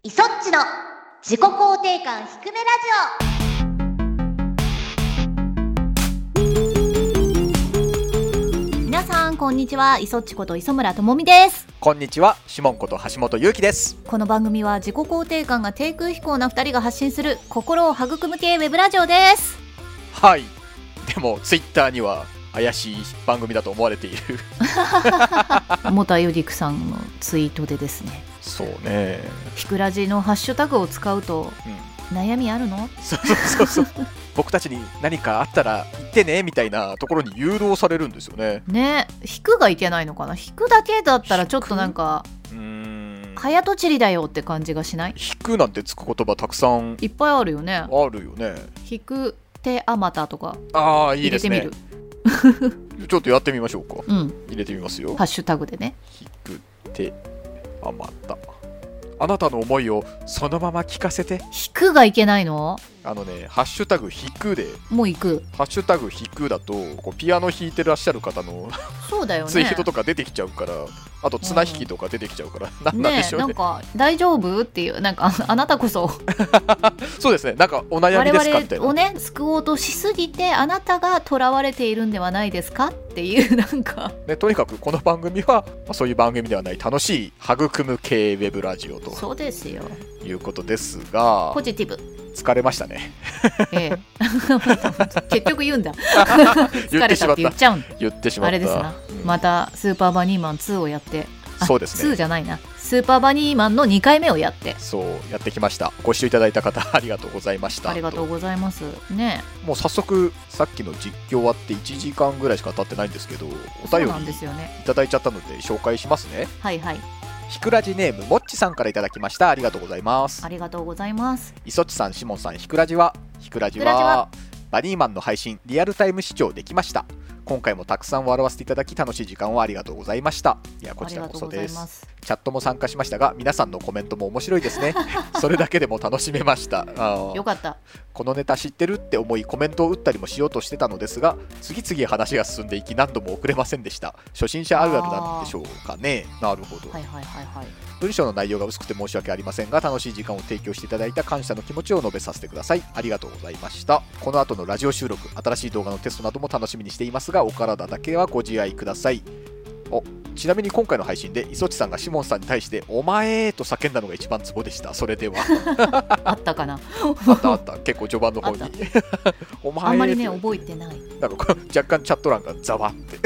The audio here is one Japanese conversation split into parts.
イソッチの自己肯定感低めラジオ。皆さんこんにちは。イソッチこと磯村智美です。 こんにちは。シモンこと橋本優希です。 この番組は自己肯定感が低空飛行な2人が発信する心を育む系ウェブラジオです。 はい。でもツイッターには怪しい番組だと思われている元ユディクさんのツイートでですね、 そうね、 ひくらじのハッシュタグを使うと、悩みあるの？ そう僕たちに何かあったら言ってねみたいなところに誘導されるんですよね。 ね、引くがいけないのかな。引くだけだったらちょっとなんか早とちりだよって感じがしない？ 引くなんてつく言葉たくさんいっぱいあるよね。 あるよね。 引く手あまたとかいいですね。ちょっとやってみましょうか。入れてみますよ。 ハッシュタグでね。 引く手あまた、あなたの思いをそのまま聞かせて。 引くがいけないの？ ハッシュタグ引くでもう行く。 ハッシュタグ引くだとこうピアノ弾いてらっしゃる方のそうだよね、 ツイートとか出てきちゃうから、あと綱引きとか出てきちゃうから、なんでしょうね。 なんか大丈夫っていう、なんかあなたこそそうですね、なんかお悩みですかみたいな、 我々をね救おうとしすぎてあなたが囚われているんではないですかっていう、なんか、 ね、とにかくこの番組は、そういう番組ではない楽しい育む系ウェブラジオとそうですよいうことですが、 ポジティブ。 疲れましたね。 結局言うんだ疲れたって言っちゃうんだ。 言ってしまった。 あれですな、またスーパーバニーマン2をやって、 そうですね、 2じゃないな、スーパーバニーマンの2回目をやって、 そうやってきました。ご視聴いただいた方ありがとうございました。 ありがとうございますね。 もう早速さっきの実況終わって1時間ぐらいしか経ってないんですけど、お便りいただいちゃったので紹介しますね。 はいはい。 ひくらじネームもっちさんからいただきました。ありがとうございます。 ありがとうございます。 いそっちさん、しもんさん、ひくらじはバニーマンの配信リアルタイム視聴できました。今回もたくさん笑わせていただき楽しい時間をありがとうございました。いや、こちらこそです。チャットも参加しましたが、皆さんのコメントも面白いですね。それだけでも楽しめました。 よかった。このネタ知ってるって思いコメントを打ったりもしようとしてたのですが、次々話が進んでいき何度も遅れませんでした。初心者あるあるなんでしょうかね。なるほど。文章の内容が薄くて申し訳ありませんが、楽しい時間を提供していただいた感謝の気持ちを述べさせてください。ありがとうございました。この後のラジオ収録、新しい動画のテストなども楽しみにしていますが、お体だけはご自愛ください。ちなみに今回の配信で磯地さんがシモンさんに対してお前と叫んだのが一番ツボでした。それではあったかな。 あった結構序盤の方にお前あんまりね覚えてない。 なんか若干チャット欄がざわって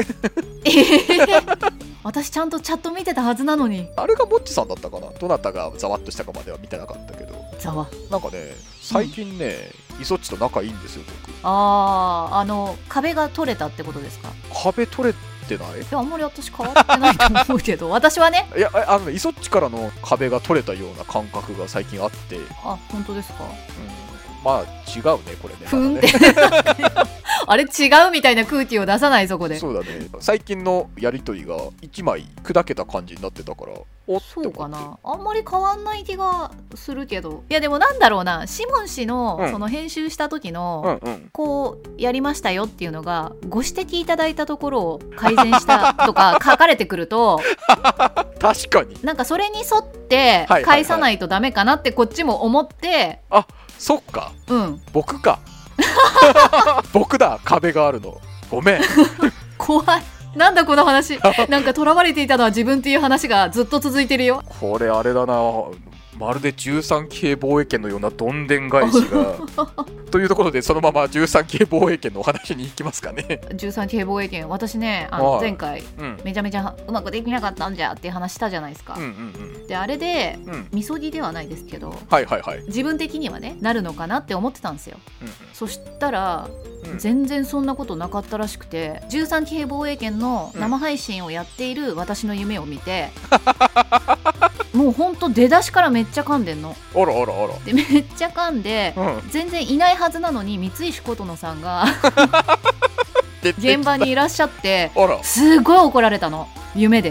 私ちゃんとチャット見てたはずなのに。 あれがもっちさんだったかな。どなたがざわっとしたかまでは見てなかったけど、 ざわなんかね最近ね、イソッチと仲いいんですよ僕。 壁が取れたってことですか？ 壁取れてない？ あんまり私変わってないと思うけど私はね、 いやイソッチからの壁が取れたような感覚が最近あって。 あ、本当ですか？ まあ違うねこれね。 ふんってあれ違うみたいな空気を出さないそこで。 そうだね、最近のやりとりが1枚砕けた感じになってたから、 そうかな。あんまり変わんない気がするけど、いやでもなんだろうな、シモン氏のその編集した時のこうやりましたよっていうのがご指摘いただいたところを改善したとか書かれてくると確かになんかそれに沿って返さないとダメかなってこっちも思って、 あ、そっか、僕か僕だ、壁があるの。ごめん怖い。なんだこの話なんか囚われていたのは自分っていう話がずっと続いてるよ。 これあれだな、まるで13期兵防衛権のようなどんでん返しがというところで、そのまま13期兵防衛権のお話に行きますかね。 13期兵防衛権、私ね前回、めちゃめちゃうまくできなかったんじゃっていう話したじゃないですか。であれで、みそぎではないですけど、自分的にはねなるのかなって思ってたんですよ。そしたら全然そんなことなかったらしくて、13期兵防衛権の生配信をやっている私の夢を見て、もうほんと出だしからめっちゃ噛んでんの。 あらあらあら。 でめっちゃ噛んで、全然いないはずなのに三石琴乃さんが現場にいらっしゃって、すごい怒られたの夢で。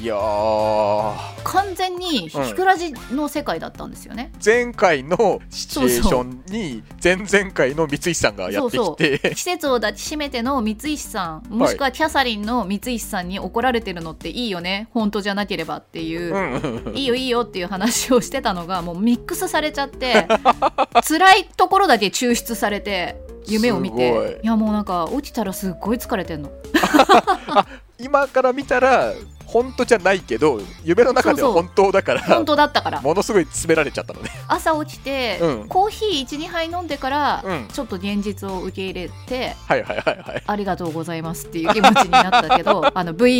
いやー、 完全にひくらじの世界だったんですよね、 前回のシチュエーションに前々回の三石さんがやってきて、 季節を抱きしめての三石さん、もしくはキャサリンの三石さんに怒られてるのっていいよね、本当じゃなければっていう、いいよいいよっていう話をしてたのがもうミックスされちゃって辛いところだけ抽出されて夢を見て、いやもうなんか起きたらすっごい疲れてんの今から見たら本当じゃないけど夢の中では本当だから、 本当だったからものすごい詰められちゃったのね。 朝起きて、コーヒー 1,2 杯飲んでから、ちょっと現実を受け入れて、ありがとうございますっていう気持ちになったけど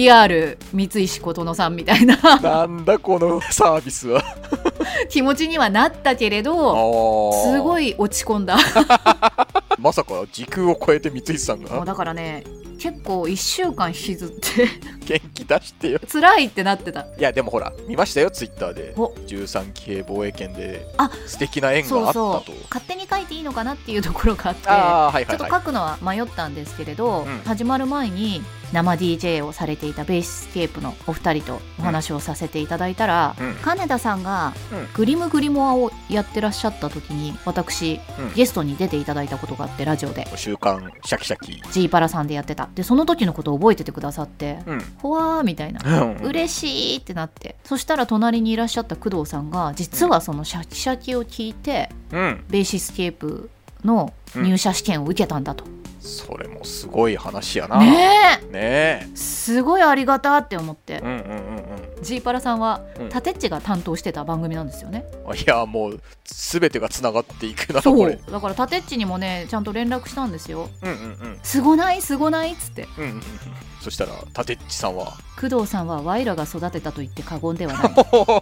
VR 三石琴乃さんみたいななんだこのサービスは気持ちにはなったけれど、すごい落ち込んだまさか時空を超えて三石さんが。 もうだからね、結構1週間引きずって元気出してよ辛いってなってた。 いやでもほら見ましたよ、ツイッターで13期兵防衛権で素敵な縁があったと。 勝手に書いていいのかなっていうところがあって、ちょっと書くのは迷ったんですけれど、始まる前に生 DJ をされていたベースケープのお二人とお話をさせていただいたら、金田さんがグリムグリモアをやってらっしゃった時に私、ゲストに出ていただいたことがあって、ラジオで週刊シャキシャキ G パラさんでやってた。でその時のことを覚えててくださって、ほわーみたいな、嬉しいってなって、そしたら隣にいらっしゃった工藤さんが実はそのシャキシャキを聞いて、ベーシスケープの入社試験を受けたんだと。 それもすごい話やな。 ねえすごいありがたって思って、ジーパラさんは、タテッチが担当してた番組なんですよね。 いやもう全てがつながっていくな。これだからタテッチにもねちゃんと連絡したんですよ。すごないすごないっつって、 そしたらタテッチさんは、 工藤さんはワイらが育てたと言って過言ではない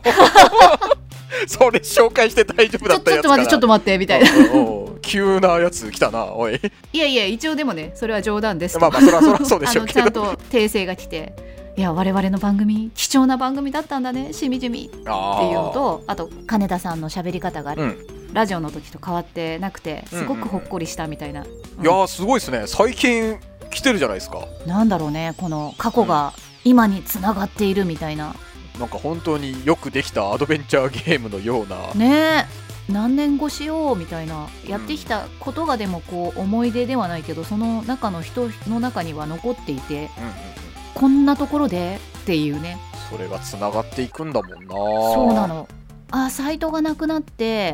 それ紹介して大丈夫だったやつかな。 ちょっと待ってみたいな急なやつ来たなおい。 いや一応でもねそれは冗談ですと、 まあそりゃそうでしょうけどちゃんと訂正が来て、いや我々の番組貴重な番組だったんだねしみじみっていうのと、あと金田さんの喋り方が、ラジオの時と変わってなくてすごくほっこりしたみたいな、いやすごいですね。最近来てるじゃないですか。 なんだろうね、この過去が今につながっているみたいな、 なんか本当によくできたアドベンチャーゲームのようなね。何年越しよみたいな、やってきたことがでもこう思い出ではないけど、その中の人の中には残っていて、こんなところでっていうね。 それがつながっていくんだもんな。 そうなの。サイトがなくなって、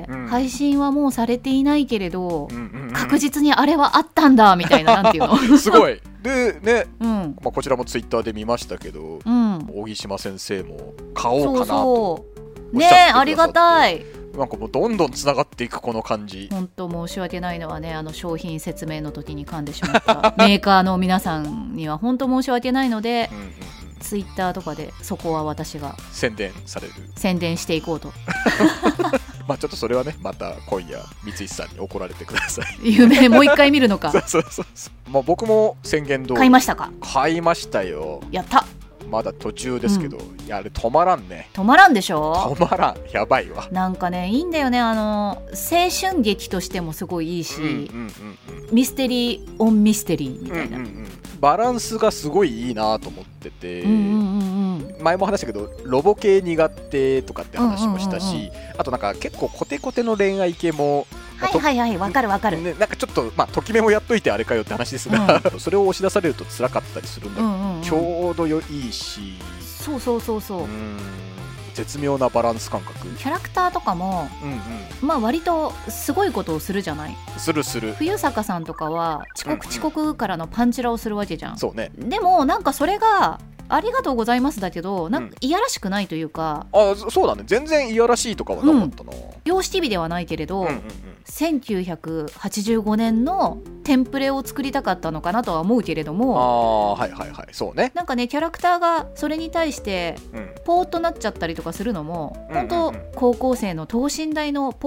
配信はもうされていないけれど、確実にあれはあったんだみたいな、なんていうのすごいでね、こちらもツイッターで見ましたけど、大木島先生も買おうかなとね。ありがたい。 なんかもうどんどんつながっていくこの感じ。 本当申し訳ないのはね、商品説明の時に噛んでしまったメーカーの皆さんには本当申し訳ないので、ツイッターとかでそこは私が宣伝していこうとまあちょっとそれはね、また今夜三石さんに怒られてください夢もう一回見るのかそう、まあ、僕も宣言通り買いましたか。 買いましたよ。 やった。 まだ途中ですけど、いやあれ止まらんね。 止まらんでしょ。 止まらん、やばいわ。 なんかねいいんだよね、青春劇としてもすごいいいし、ミステリーオンミステリーみたいな、 バランスがすごいいいなと思ってて、前も話したけどロボ系苦手とかって話もしたし、あとなんか結構コテコテの恋愛系もわかるわかる、 ね、なんかちょっとときめもやっといてあれかよって話ですが、それを押し出されると辛かったりするんだけど、ちょうどいいし、 そう絶妙なバランス感覚。 キャラクターとかも、割とすごいことをするじゃない。 する冬坂さんとかは遅刻からのパンチラをするわけじゃん。 そうね。 でもなんかそれがありがとうございますだけど、なんかいやらしくないというか、 そうだね、全然いやらしいとかはなかったな。 容姿美ではないけれど、1985年のテンプレを作りたかったのかなとは思うけれども、 そうね。 なんかねキャラクターがそれに対してポーっとなっちゃったりとかするのも、本当高校生の等身大のポー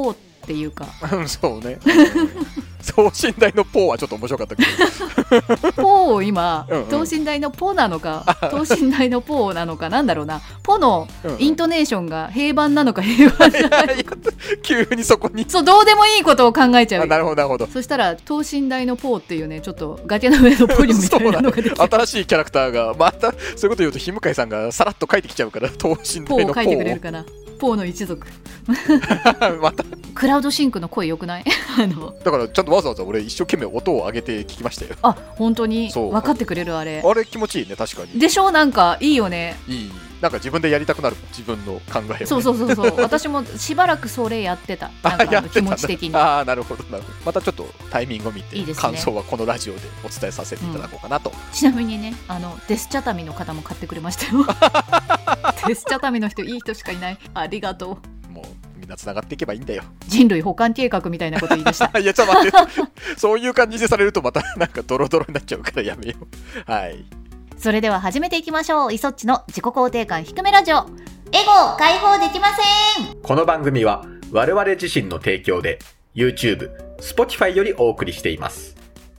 っていうかそうね等身大のポーはちょっと面白かったけどポーを今、等身大のポなのか等身大のポーなのか、なんだろうな、ポのイントネーションが平板なのか平板じゃない急にそこにそう、どうでもいいことを考えちゃう。 なるほどなるほど。 そしたら等身大のポーっていうね、ちょっと崖の上のポニョみたいなのができる新しいキャラクターがまたそういうこと言うと日向井さんがさらっと書いてきちゃうから、等身大のポーを書いてくれるかな。ポーの一族またクラウドシンクの声よくないだからちゃんとわざわざ俺一生懸命音を上げて聞きましたよ。 あ、本当に分かってくれる。あれ気持ちいいね。確かにでしょ。なんかいいよね。 いい、なんか自分でやりたくなる、自分の考えを、ね、 そう私もしばらくそれやってた。なんか気持ち的になるほどなるほど。またちょっとタイミングを見ていいです、ね、感想はこのラジオでお伝えさせていただこうかなと、 ちなみにね、デスチャタミの方も買ってくれましたよデスチャタミの人いい人しかいない。ありがとう。もうみんなつながっていけばいいんだよ。 人類保管計画みたいなこと言い出したいやちょっと待ってそういう感じでされるとまたなんかドロドロになっちゃうからやめよう。はい、 それでは始めていきましょう。イソッチの自己肯定感低めラジオ。エゴを解放できません。 この番組は我々自身の提供で YouTube、Spotify よりお送りしています。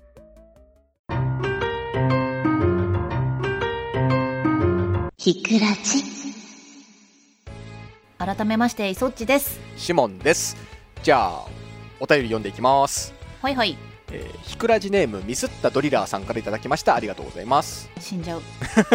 ひくらじ。 改めましてイソッチです。 シモンです。じゃあお便り読んでいきます。 はいはい。 ひくらじネームミスったドリラーさんからいただきました。ありがとうございます。 死んじゃう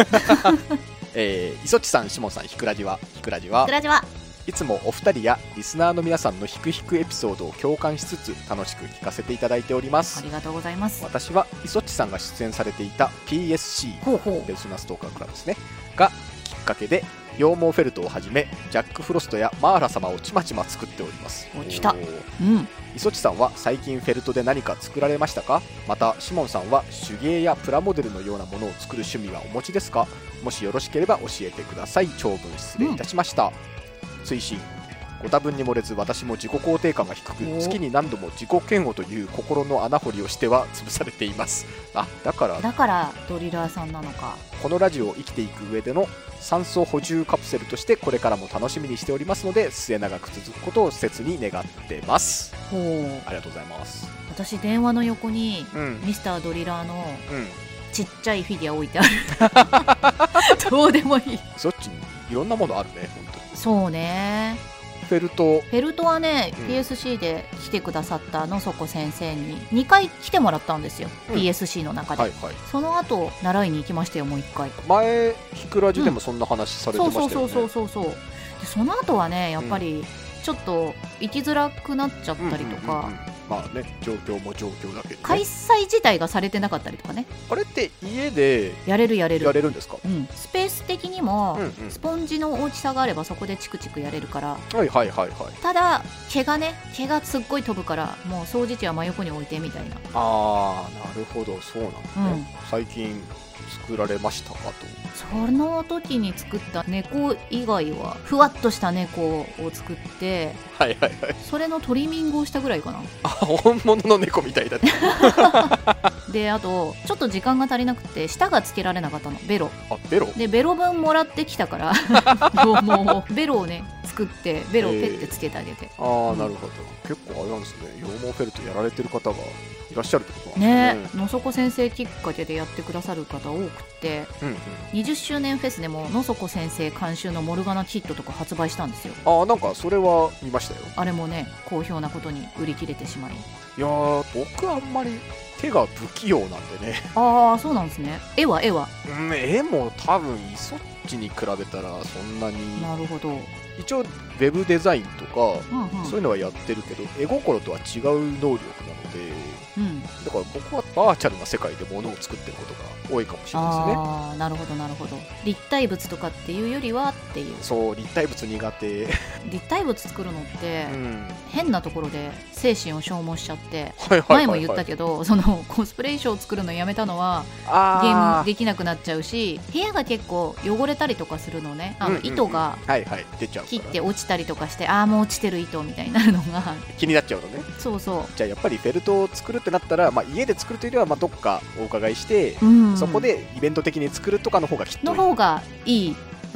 イソッチさん、シモンさん、ひくらじはいつもお二人やリスナーの皆さんのひくひくエピソードを共感しつつ楽しく聞かせていただいております。 ありがとうございます。 私はイソッチさんが出演されていた PSC ペルソナストーカークラブですねがきっかけで羊毛フェルトをはじめジャックフロストやマーラ様をちまちま作っております。 来た。 イソッチさんは最近フェルトで何か作られましたか？またシモンさんは手芸やプラモデルのようなものを作る趣味はお持ちですか？もしよろしければ教えてください。長文失礼いたしました。追伸、ご多分に漏れず私も自己肯定感が低く月に何度も自己嫌悪という心の穴掘りをしては潰されています。だからドリラーさんなのか。 このラジオを生きていく上での酸素補充カプセルとしてこれからも楽しみにしておりますので末永く続くことを切に願ってます。ありがとうございます。 私電話の横に、ミスタードリラーの、ちっちゃいフィギュア置いてあるどうでもいい。 そっちにいろんなものあるね。本当にそうね。 フェルトはね、 PSC で来てくださった野底先生に2回来てもらったんですよ、PSC の中で、その後習いに行きましたよ、もう1回。 前ひくらじでもそんな話されてましたよね。 そうでその後はねやっぱりちょっと行きづらくなっちゃったりとか、 まあね、状況も状況だけど、ね、 開催自体がされてなかったりとかね。 あれって家でやれるんですか？ スペース的にも、スポンジの大きさがあればそこでチクチクやれるから。ただ毛がすっごい飛ぶからもう掃除機は真横に置いてみたいな。 なるほど、そうなんですね。最近作られましたかと。 その時に作った猫以外はふわっとした猫を作って、それのトリミングをしたぐらいかな。 本物の猫みたいだねであとちょっと時間が足りなくて舌がつけられなかったの。ベロでベロ分もらってきたからもうベロをね作ってベロをペッてつけてあげて。 なるほど。結構あれなんですね、羊毛フェルトやられてる方がいらっしゃるってことなんですね。 野底先生きっかけでやってくださる方多くて、20周年フェスでも野底先生監修のモルガナキットとか発売したんですよ。 なんかそれは見ましたよ。 あれもね好評なことに売り切れてしまい。 いや僕あんまり手が不器用なんでね。 そうなんですね。絵は、 絵も多分イソッチに比べたらそんなに。 なるほど。 一応ウェブデザインとか、そういうのはやってるけど絵心とは違う能力なので、だから僕はバーチャルな世界で物を作ってることが多いかもしれないですね。 なるほど立体物とかっていうよりはっていう。 そう立体物苦手立体物作るのって、変なところで精神を消耗しちゃって、前も言ったけどそのコスプレ衣装を作るのやめたのはゲームできなくなっちゃうし、部屋が結構汚れたりとかするのね。糸が出ちゃう切って落ちたりとかして、もう落ちてる糸みたいになるのが気になっちゃうのね。 そうじゃあやっぱりフェルトを作るってなったら、家で作るというよりはどっかお伺いして、そこでイベント的に作るとかの方がきっといい。 の方がいい。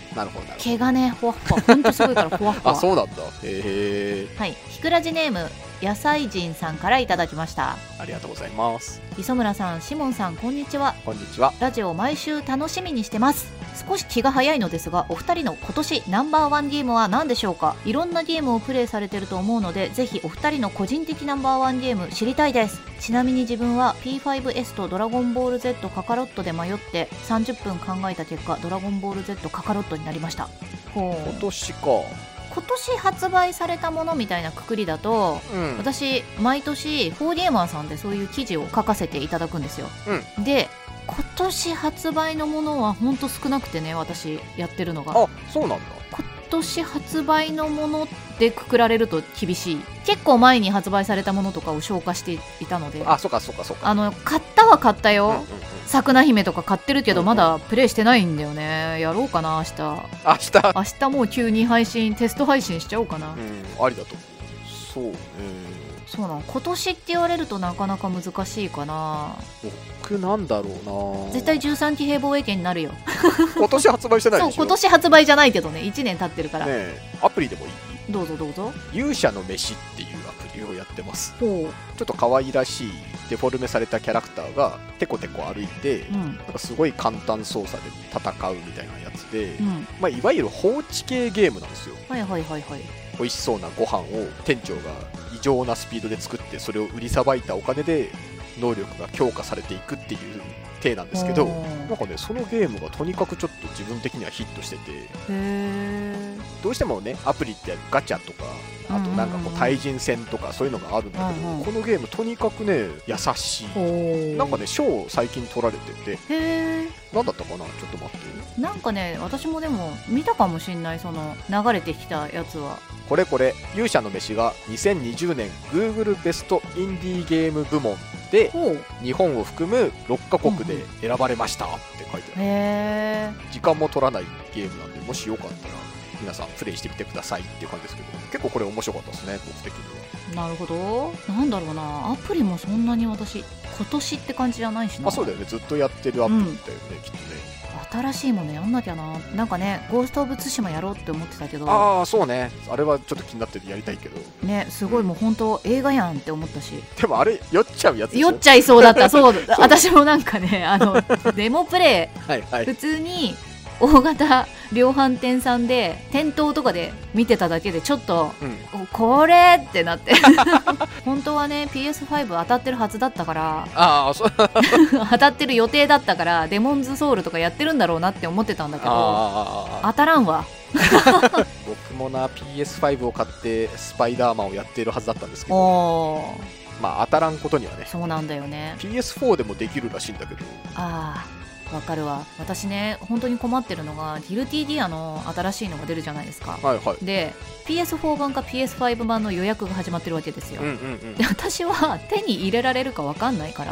なるほど。 毛がねふわふわ、ほんとすごいからふわふわ。 あ、そうなんだ。 はい、ひくらじネーム野菜人さんからいただきました。 ありがとうございます。 磯村さん、シモンさん、こんにちは。 こんにちは。 ラジオ毎週楽しみにしてます。少し気が早いのですが、お二人の今年ナンバーワンゲームは何でしょうか。いろんなゲームをプレイされてると思うので、ぜひお二人の個人的ナンバーワンゲーム知りたいです。ちなみに自分は P5S とドラゴンボール Z カカロットで迷って30分考えた結果、ドラゴンボール Z カカロットになりました。 今年か。 今年発売されたものみたいなくくりだと、私毎年フォーゲーマーさんでそういう記事を書かせていただくんですよ、で今年発売のものはほんと少なくてね、私やってるのが。 あ、そうなんだ。 今年発売のものでくくられると厳しい。結構前に発売されたものとかを消化していたので。 あ、そうか。 買ったは買ったよ、さくな姫とか買ってるけど、まだプレイしてないんだよね。やろうかな、明日もう急にテスト配信しちゃおうかな。 ありだと。そうね。 そうなの。今年って言われるとなかなか難しいかな。 僕なんだろうな。 絶対13期兵防衛権になるよ。 今年発売してないでしょ。 そう、今年発売じゃないけどね、1年経ってるからね。 アプリでもいい？ どうぞどうぞ。 勇者の飯っていうアプリをやってます。ちょっと可愛らしいデフォルメされたキャラクターがテコテコ歩いて、なんかすごい簡単操作で戦うみたいなやつで、いわゆる放置系ゲームなんですよ。美味しそうなご飯を店長が異常なスピードで作って、それを売りさばいたお金で能力が強化されていくっていう体なんですけど、なんかね、そのゲームがとにかくちょっと自分的にはヒットしてて、どうしてもね、アプリってガチャとか、あとなんかこう対人戦とかそういうのがあるんだけど、このゲームとにかくね優しい。なんかね、賞を最近取られてて、何だったかな、ちょっと待って。 なんかね、私もでも見たかもしんない、その流れてきたやつは。 これ勇者の飯が2020年 Google ベストインディーゲーム部門で日本を含む6カ国で選ばれましたって書いてある。時間も取らないゲームなんで、もしよかったら皆さんプレイしてみてくださいっていう感じですけど、結構これ面白かったですね、僕的には。なるほど。なんだろうな、アプリもそんなに私今年って感じじゃないしな。 そうだよね、ずっとやってるアプリだよね、きっとね。 新しいものやんなきゃな。なんかね、ゴースト・オブ・ツシマやろうって思ってたけど。 ああ、そうね、あれはちょっと気になっててやりたいけどね、すごいもう本当映画やんって思ったし。 でもあれ酔っちゃうやつでしょ。 酔っちゃいそうだった。そう私もなんかね、デモプレイ普通に大型量販店さんで店頭とかで見てただけでちょっと、これってなって本当はね PS5 当たってるはずだったから当たってる予定だったから、デモンズソウルとかやってるんだろうなって思ってたんだけど、当たらんわ僕もな PS5 を買ってスパイダーマンをやっているはずだったんですけど、当たらんことにはね。 そうなんだよね。 PS4 でもできるらしいんだけど。 わかるわ。私ね、本当に困ってるのがギルティディアの新しいのが出るじゃないですか。で PS4 版か PS5 版の予約が始まってるわけですよ。で私は手に入れられるかわかんないから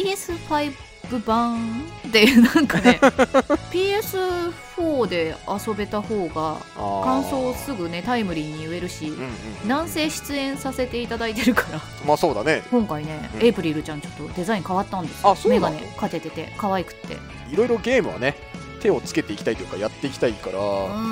PS5 版でなんかねPS4 で遊べた方が感想をすぐねタイムリーに言えるし、なんせ出演させていただいてるからそうだね。 今回ね、エイプリルちゃんちょっとデザイン変わったんですよ。メガネかけてて可愛くって。 いろいろゲームはね手をつけていきたいというかやっていきたいから。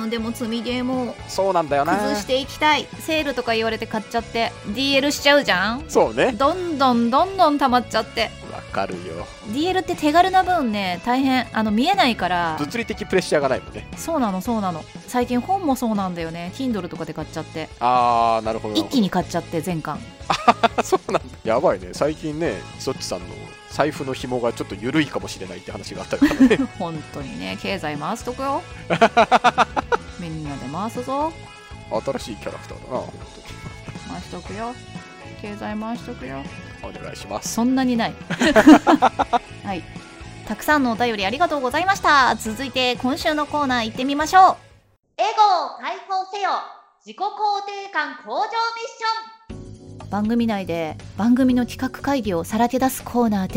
でも積みゲーもそうなんだよな、 崩していきたい。セールとか言われて買っちゃって DL しちゃうじゃん。 そうね、 どんどん溜まっちゃって。 わかるよ。 DL って手軽な分ね大変、見えないから物理的プレッシャーがないもんね。 そうなの。最近本もそうなんだよね。 Kindle とかで買っちゃって。 なるほど。 一気に買っちゃって全巻。 そうなんだ。やばいね。最近ね、そっちさんの財布の紐がちょっと緩いかもしれないって話があったからね本当にね、経済回すとくよみんなで回すぞ。 新しいキャラクターだな、本当に回しとくよ。経済回しとくよ。 お願いします。 そんなにないはい、たくさんのお便りありがとうございました。続いて今週のコーナー行ってみましょう。 エゴを解放せよ、自己肯定感向上ミッション。 番組内で番組の企画会議をさらけ出すコーナーです。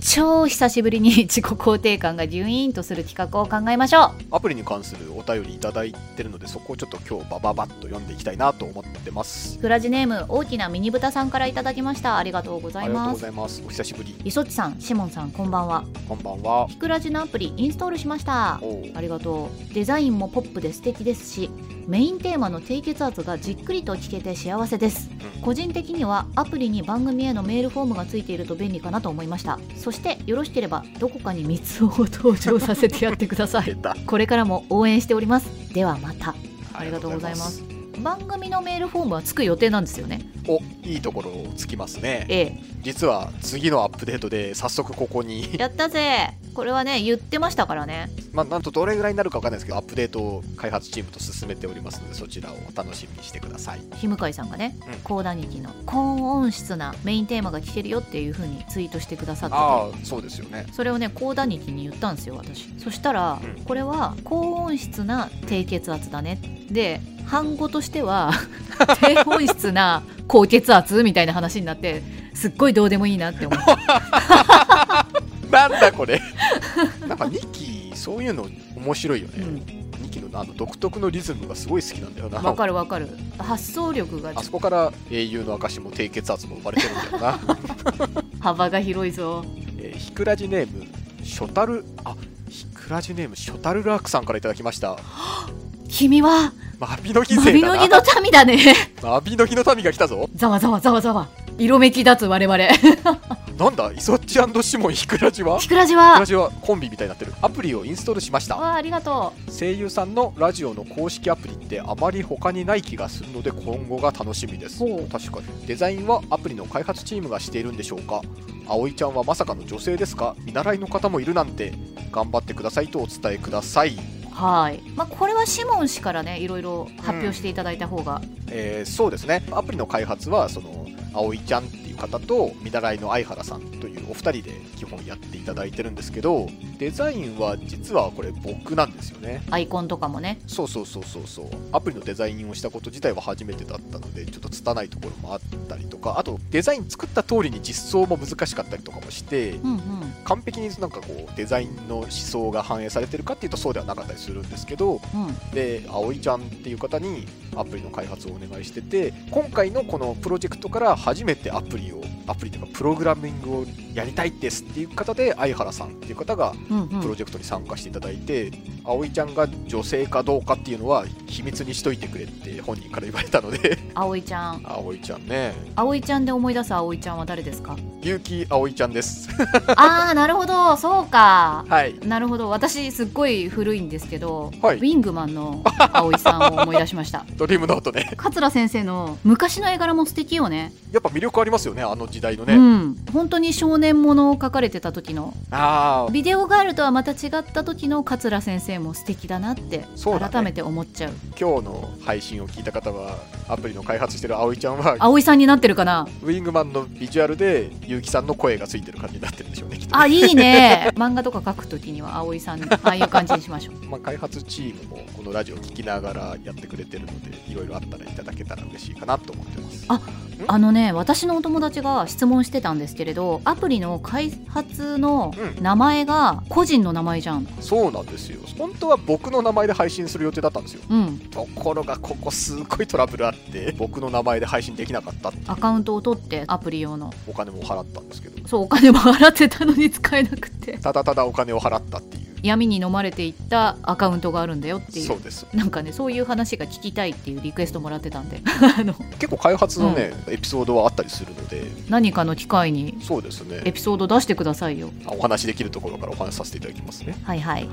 超久しぶりに自己肯定感がギュイーンとする企画を考えましょう。アプリに関するお便りいただいてるので、そこをちょっと今日バババッと読んでいきたいなと思ってます。 フラジネーム大きなミニブタさんからいただきました。ありがとうございます。 ありがとうございます。お久しぶり。 いそっちさん、シモンさん、こんばんは。 こんばんは。 ひくらじのアプリインストールしました。ありがとう。デザインもポップで素敵ですし、メインテーマの低血圧がじっくりと聞けて幸せです、個人的にはアプリに番組へのメールフォームがついていると便利かなと思いました。そしてよろしければどこかに三つを登場させてやってくださいこれからも応援しております。ではまた。ありがとうございます。番組のメールフォームはつく予定なんですよね。 お、いいところをつきますね。実は次のアップデートで早速ここにやったぜ。これはね言ってましたからね。 なんとどれぐらいになるか分かんないですけど、アップデートを開発チームと進めておりますので、そちらをお楽しみにしてください。 日向井さんがね、コーダニキの高音質なメインテーマが聴けるよっていう風にツイートしてくださってて、 ああそうですよね。 それをねコーダニキに言ったんですよ私。そしたら、これは高音質な低血圧だねで、反語としては低音質な高血圧みたいな話になって、すっごいどうでもいいなって思ったなんだこれなんか2期そういうの面白いよね、2期の独特のリズムがすごい好きなんだよな。 わかるわかる。発想力が、 あそこから英雄の証も低血圧も生まれてるんだよな幅が広いぞ。 ひくらじネームショタルラークさんからいただきました。 君はマビノギ勢だな。 マビノギの民だねマビノギの民が来たぞ。 ざわざわざわざわ色めき立つ我々 なんだイソッチ&シモンひくらじはコンビみたいになってる。アプリをインストールしました。 ありがとう。声優さんのラジオの公式アプリってあまり他にない気がするので今後が楽しみです。確かに。デザインはアプリの開発チームがしているんでしょうか。葵ちゃんはまさかの女性ですか。見習いの方もいるなんて。頑張ってくださいとお伝えください。 はい、これはシモン氏からねいろいろ発表していただいた方が、 そうですね。アプリの開発はその葵ちゃんっていう方と見習いの相原さんというお二人で基本やっていただいてるんですけど、デザインは実はこれ僕なんですよね。 アイコンとかもね。 そうアプリのデザインをしたこと自体は初めてだったのでちょっと拙いところもあったりとか、あとデザイン作った通りに実装も難しかったりとかもして、完璧になんかこうデザインの思想が反映されてるかっていうとそうではなかったりするんですけど、で葵ちゃんっていう方にアプリの開発をお願いしてて、今回のこのプロジェクトから初めてアプリというかプログラミングをやりたいですっていう方で相原さんっていう方がプロジェクトに参加していただいて、葵ちゃんが女性かどうかっていうのは秘密にしといてくれって本人から言われたので葵ちゃんね。 葵ちゃんで思い出す葵ちゃんは誰ですか。 結城葵ちゃんですああなるほど、そうか。 はい、 なるほど。私すっごい古いんですけど、 ウィングマンの葵さんを思い出しましたドリームノートね。 桂先生の昔の絵柄も素敵よね。 やっぱ魅力ありますよね、あの時代のね。 本当に少年ものを描かれてた時の、ビデオガールとはまた違った時の桂先生も素敵だなって改めて思っちゃう。 今日の配信を聞いた方はアプリの開発してる葵ちゃんは葵さんになってるかな。 ウィングマンのビジュアルで結城さんの声がついてる感じになってるんでしょうね、きっと。 あ、いいね漫画とか描く時には葵さんああいう感じにしましょう開発チームもこのラジオを聞きながらやってくれてるので、いろいろあったらいただけたら嬉しいかなと思ってます。 私のお友達が質問してたんですけれど、アプリの開発の名前が個人の名前じゃん。 そうなんですよ。本当は僕の名前で配信する予定だったんですよ、ところがここすごいトラブルあって僕の名前で配信できなかったって。 アカウントを取ってアプリ用のお金も払ったんですけど。 そう、お金も払ってたのに使えなくて、 ただただお金を払ったっていう闇に飲まれていったアカウントがあるんだよっていう。 そうです。 なんかね、そういう話が聞きたいっていうリクエストもらってたんで結構開発のね、エピソードはあったりするので、 何かの機会にそうですね、 エピソード出してくださいよ。 お話できるところからお話しさせていただきますね。 はいはい。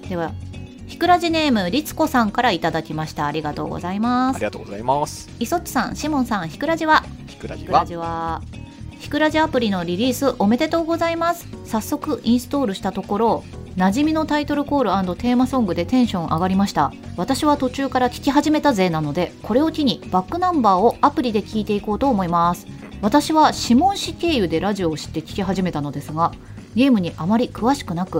ではひくらじネームりつこさんからいただきました。ありがとうございます。 ありがとうございます。 いそっちさん、しもんさん、ひくらじはひくらじアプリのリリースおめでとうございます。早速インストールしたところ、馴染みのタイトルコール&テーマソングでテンション上がりました。私は途中から聴き始めたぜなので、これを機にバックナンバーをアプリで聴いていこうと思います。私はシモン氏経由でラジオを知って聴き始めたのですが、ゲームにあまり詳しくなく、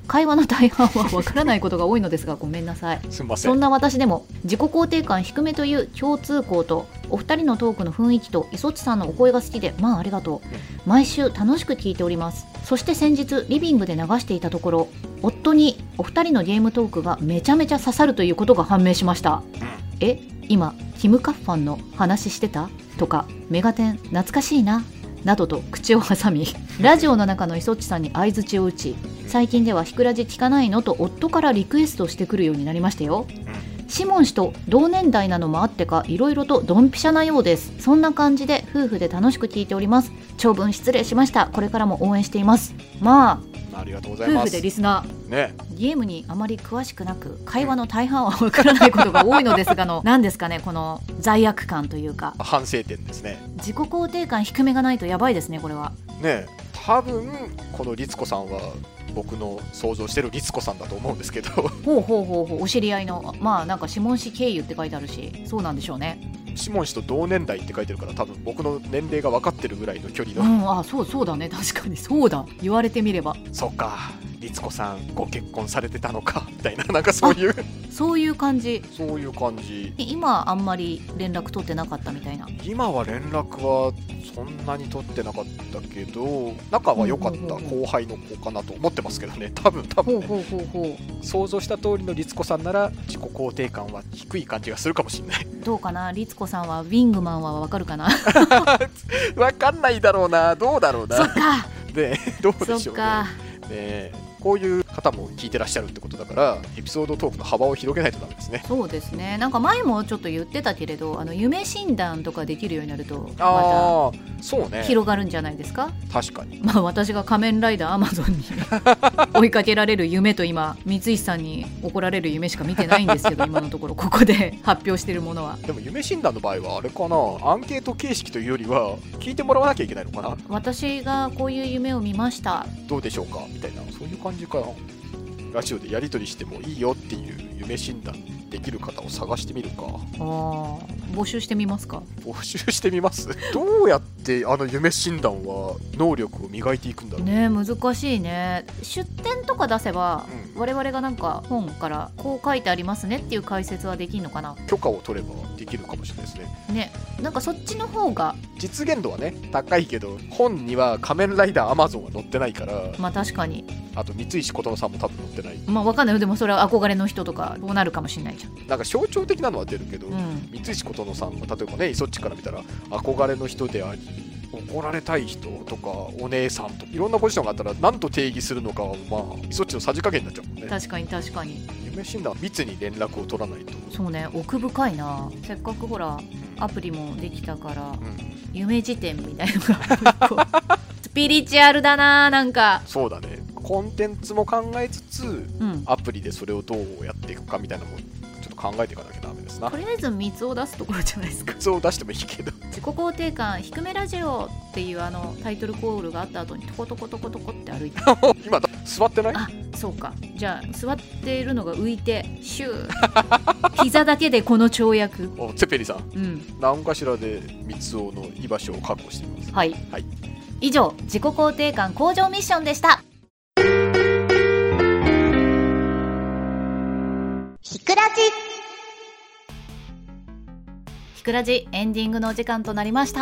会話の大半はわからないことが多いのですがごめんなさい。 すみません。 そんな私でも自己肯定感低めという共通項とお二人のトークの雰囲気と磯地さんのお声が好きで、まあありがとう、毎週楽しく聞いております。そして先日リビングで流していたところ、夫にお二人のゲームトークがめちゃめちゃ刺さるということが判明しました。今キムカッファンの話してたとか、メガテン懐かしいななどと口を挟み、ラジオの中の磯地さんに相槌を打ち、最近ではひくらじ聞かないのと夫からリクエストしてくるようになりましたよ。シモン氏と同年代なのもあってか、いろいろとドンピシャなようです。そんな感じで夫婦で楽しく聞いております。長文失礼しました。これからも応援しています。まあありがとうございます。 夫婦でリスナー、 ね、 ゲームにあまり詳しくなく、会話の大半はわからないことが多いのですが何ですかね、この罪悪感というか反省点ですね。 自己肯定感低めがないとやばいですね、これは。 ね、多分この律子さんは僕の想像してる律子さんだと思うんですけどお知り合いの、まあなんかシモン氏経由って書いてあるし、そうなんでしょうね。 シモン氏と同年代って書いてるから、多分僕の年齢が分かってるぐらいの距離の、 そうだね、確かにそうだ、言われてみれば。 そうか、律子さんご結婚されてたのかみたいな、なんかそういう感じ。 そういう感じ。 今あんまり連絡取ってなかったみたいな。 今は連絡はそんなに取ってなかったけど、仲は良かった後輩の子かなと思ってますけどね。多分ね、想像した通りの律子さんなら自己肯定感は低い感じがするかもしれない。 どうかな、律子さんはウィングマンはわかるかなわかんないだろうな、どうだろうな。 そっかで、どうでしょうね。 そっかね、こういう方も聞いてらっしゃるってことだから、エピソードトークの幅を広げないとダメですね。 そうですね。なんか前もちょっと言ってたけれど、夢診断とかできるようになるとまたそうね、広がるんじゃないですか。 確かに。 まあ私が仮面ライダーアマゾンに追いかけられる夢と、今三石さんに怒られる夢しか見てないんですけど今のところここで発表しているものは。 でも夢診断の場合はあれかな、アンケート形式というよりは聞いてもらわなきゃいけないのかな。 私がこういう夢を見ました、 どうでしょうかみたいな、そういう感じかな。ラジオでやり取りしてもいいよっていう夢診断できる方を探してみるか。 募集してみますか。 募集してみます。どうやって夢診断は能力を磨いていくんだろうね。難しいね。出典とか出せば、我々がなんか本からこう書いてありますねっていう解説はできるのかな。 許可を取ればできるかもしれないですね。 ね、なんかそっちの方が実現度はね高いけど、本には仮面ライダーアマゾンは載ってないから。 まあ確かに。 あと三石琴乃さんも多分載ってない。 まあ分かんないよ。でもそれは憧れの人とかどうなるかもしれないじゃん。 なんか象徴的なのは出るけど、三石琴乃さんは例えばね、そっちから見たら憧れの人であり、怒られたい人とかお姉さんとかいろんなポジションがあったら何と定義するのかは、まあそっちのさじ加減になっちゃうもんね。 確かに確かに。 夢診断は密に連絡を取らないと。 そうね、奥深いな。せっかくほら、アプリもできたから、夢辞典みたいなのがスピリチュアルだな。なんかそうだね、コンテンツも考えつつ、アプリでそれをどうやっていくかみたいなのもちょっと考えていかなきゃダメですな。 とりあえず蜜を出すところじゃないですか。 蜜を出してもいいけど自己肯定感低めラジオっていうタイトルコールがあった後にトコトコトコトコって歩いて今座ってない？ あ、そうか。じゃあ座っているのが浮いてシュー膝だけでこの跳躍。 おツェペリさん、何かしらで蜜王の居場所を確保しています。 はい、以上自己肯定感向上ミッションでした。ひくらじひくらじエンディングのお時間となりました。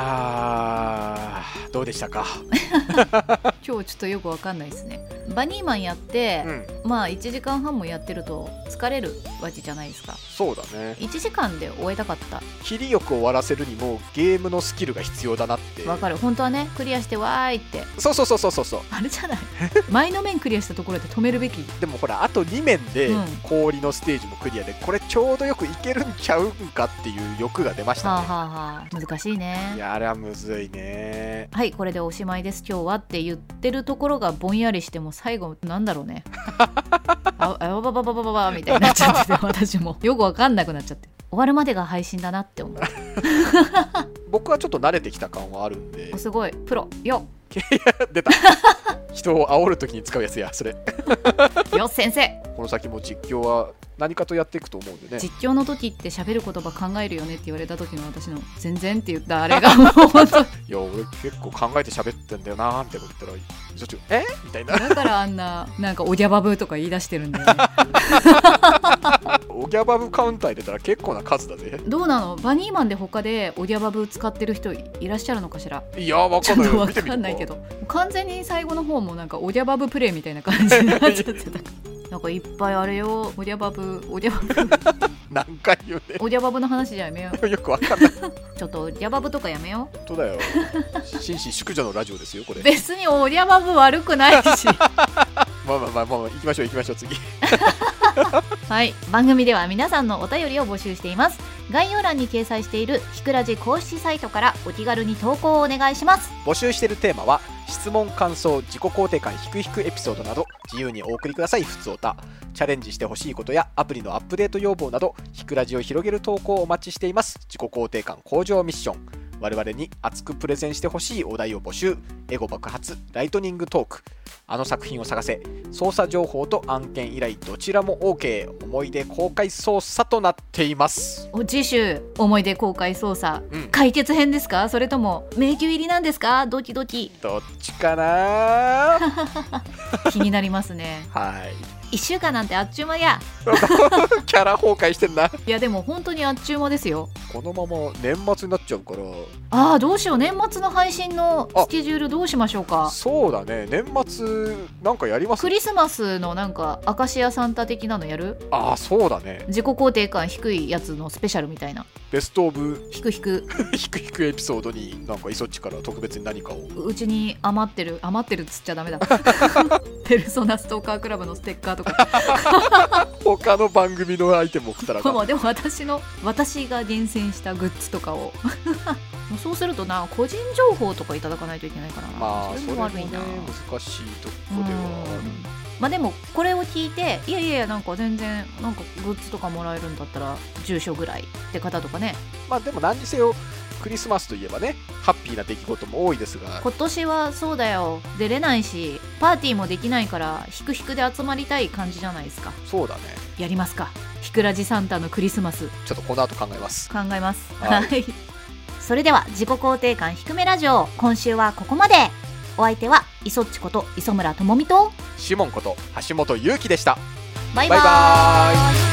どうでしたか？ 今日ちょっとよくわかんないですね。バニーマンやって、まあ1時間半もやってると疲れるわけじゃないですか。 そうだね。 1時間で終えたかった。 切りよく終わらせるにもゲームのスキルが必要だなって。 わかる。本当はね、クリアしてわーいって。 そうあれじゃない前の面クリアしたところで止めるべき。 でもほら、あと2面で氷のステージもクリアで、これちょうどよくいけるんちゃうんかっていう欲が出ましたね。 難しいね。 いや、あれはむずいね。 はい、これでおしまいです今日はって言ってるところがぼんやりしても、最後なんだろうねあばばばばばばみたいになっちゃってて私もよくわかんなくなっちゃって、終わるまでが配信だなって思う僕はちょっと慣れてきた感はあるんで。 すごいプロよ出た人を煽るときに使うやつや、それよ先生。 この先も実況は何かとやっていくと思うんでね。 実況の時って喋る言葉考えるよねって言われた時の私の全然って言ったあれがもう本当いや俺結構考えて喋ってんだよなみたいなこと言ったらみたいな。 だからあんななんかおぎゃばぶとか言い出してるんだよねおぎゃばぶカウンター入れたら結構な数だぜ。 どうなの？バニーマンで他でおぎゃばぶ使ってる人いらっしゃるのかしら？ いやわかんない。 ちょっとわかんないけど完全に最後の方もなんかおぎゃばぶプレイみたいな感じになっちゃってたなんかいっぱいあれよ、おぎゃばぶ何回言うね。 おぎゃばぶの話じゃやめようよくわかんないちょっとおぎゃばぶとかやめよう。 本当だよ紳士淑女のラジオですよこれ。 別におぎゃばぶ悪くないしまあ行きましょう次はい、番組では皆さんのお便りを募集しています。概要欄に掲載しているひくラジ公式サイトからお気軽に投稿をお願いします。 募集しているテーマは質問感想自己肯定感ひくひくエピソードなど自由にお送りください。ふつおたチャレンジしてほしいことやアプリのアップデート要望などひくラジを広げる投稿をお待ちしています。自己肯定感向上ミッション、我々に熱くプレゼンしてほしいお題を募集、エゴ爆発ライトニングトーク、あの作品を探せ、捜査情報と案件依頼どちらも OK、 思い出公開捜査となっています。 次週思い出公開捜査、解決編ですか、それとも迷宮入りなんですか？ドキドキどっちかな気になりますねはい 1週間なんてあっちゅう間やキャラ崩壊してんな。 いやでも本当にあっちゅう間ですよ。 このまま年末になっちゃうからどうしよう、年末の配信のスケジュールどうしましょうか。 そうだね、年末なんかやります？ クリスマスのなんかアカシアサンタ的なのやる？ そうだね、 自己肯定感低いやつのスペシャルみたいな、 ベストオブひくひくひくひくエピソードになんかイソッチから特別に何かを。 うちに余ってるっつっちゃダメだペルソナストーカークラブのステッカーとか他の番組のアイテムを送ったらでも私が厳選したグッズとかをそうするとな、個人情報とかいただかないといけないからな。それも悪いな、 難しいとこではある。 でもこれを聞いていやなんか全然なんかグッズとかもらえるんだったら住所ぐらいって方とかね。 でも何にせよクリスマスといえばね、ハッピーな出来事も多いですが、 今年はそうだよ、出れないしパーティーもできないからひくひくで集まりたい感じじゃないですか。 そうだね、 やりますか、ひくらじサンタのクリスマス。 ちょっとこの後考えます。 はいそれでは自己肯定感低めラジオ、今週はここまで。お相手はイソッチこと磯村智美とシモンこと橋本優希でした。 バイバーイ。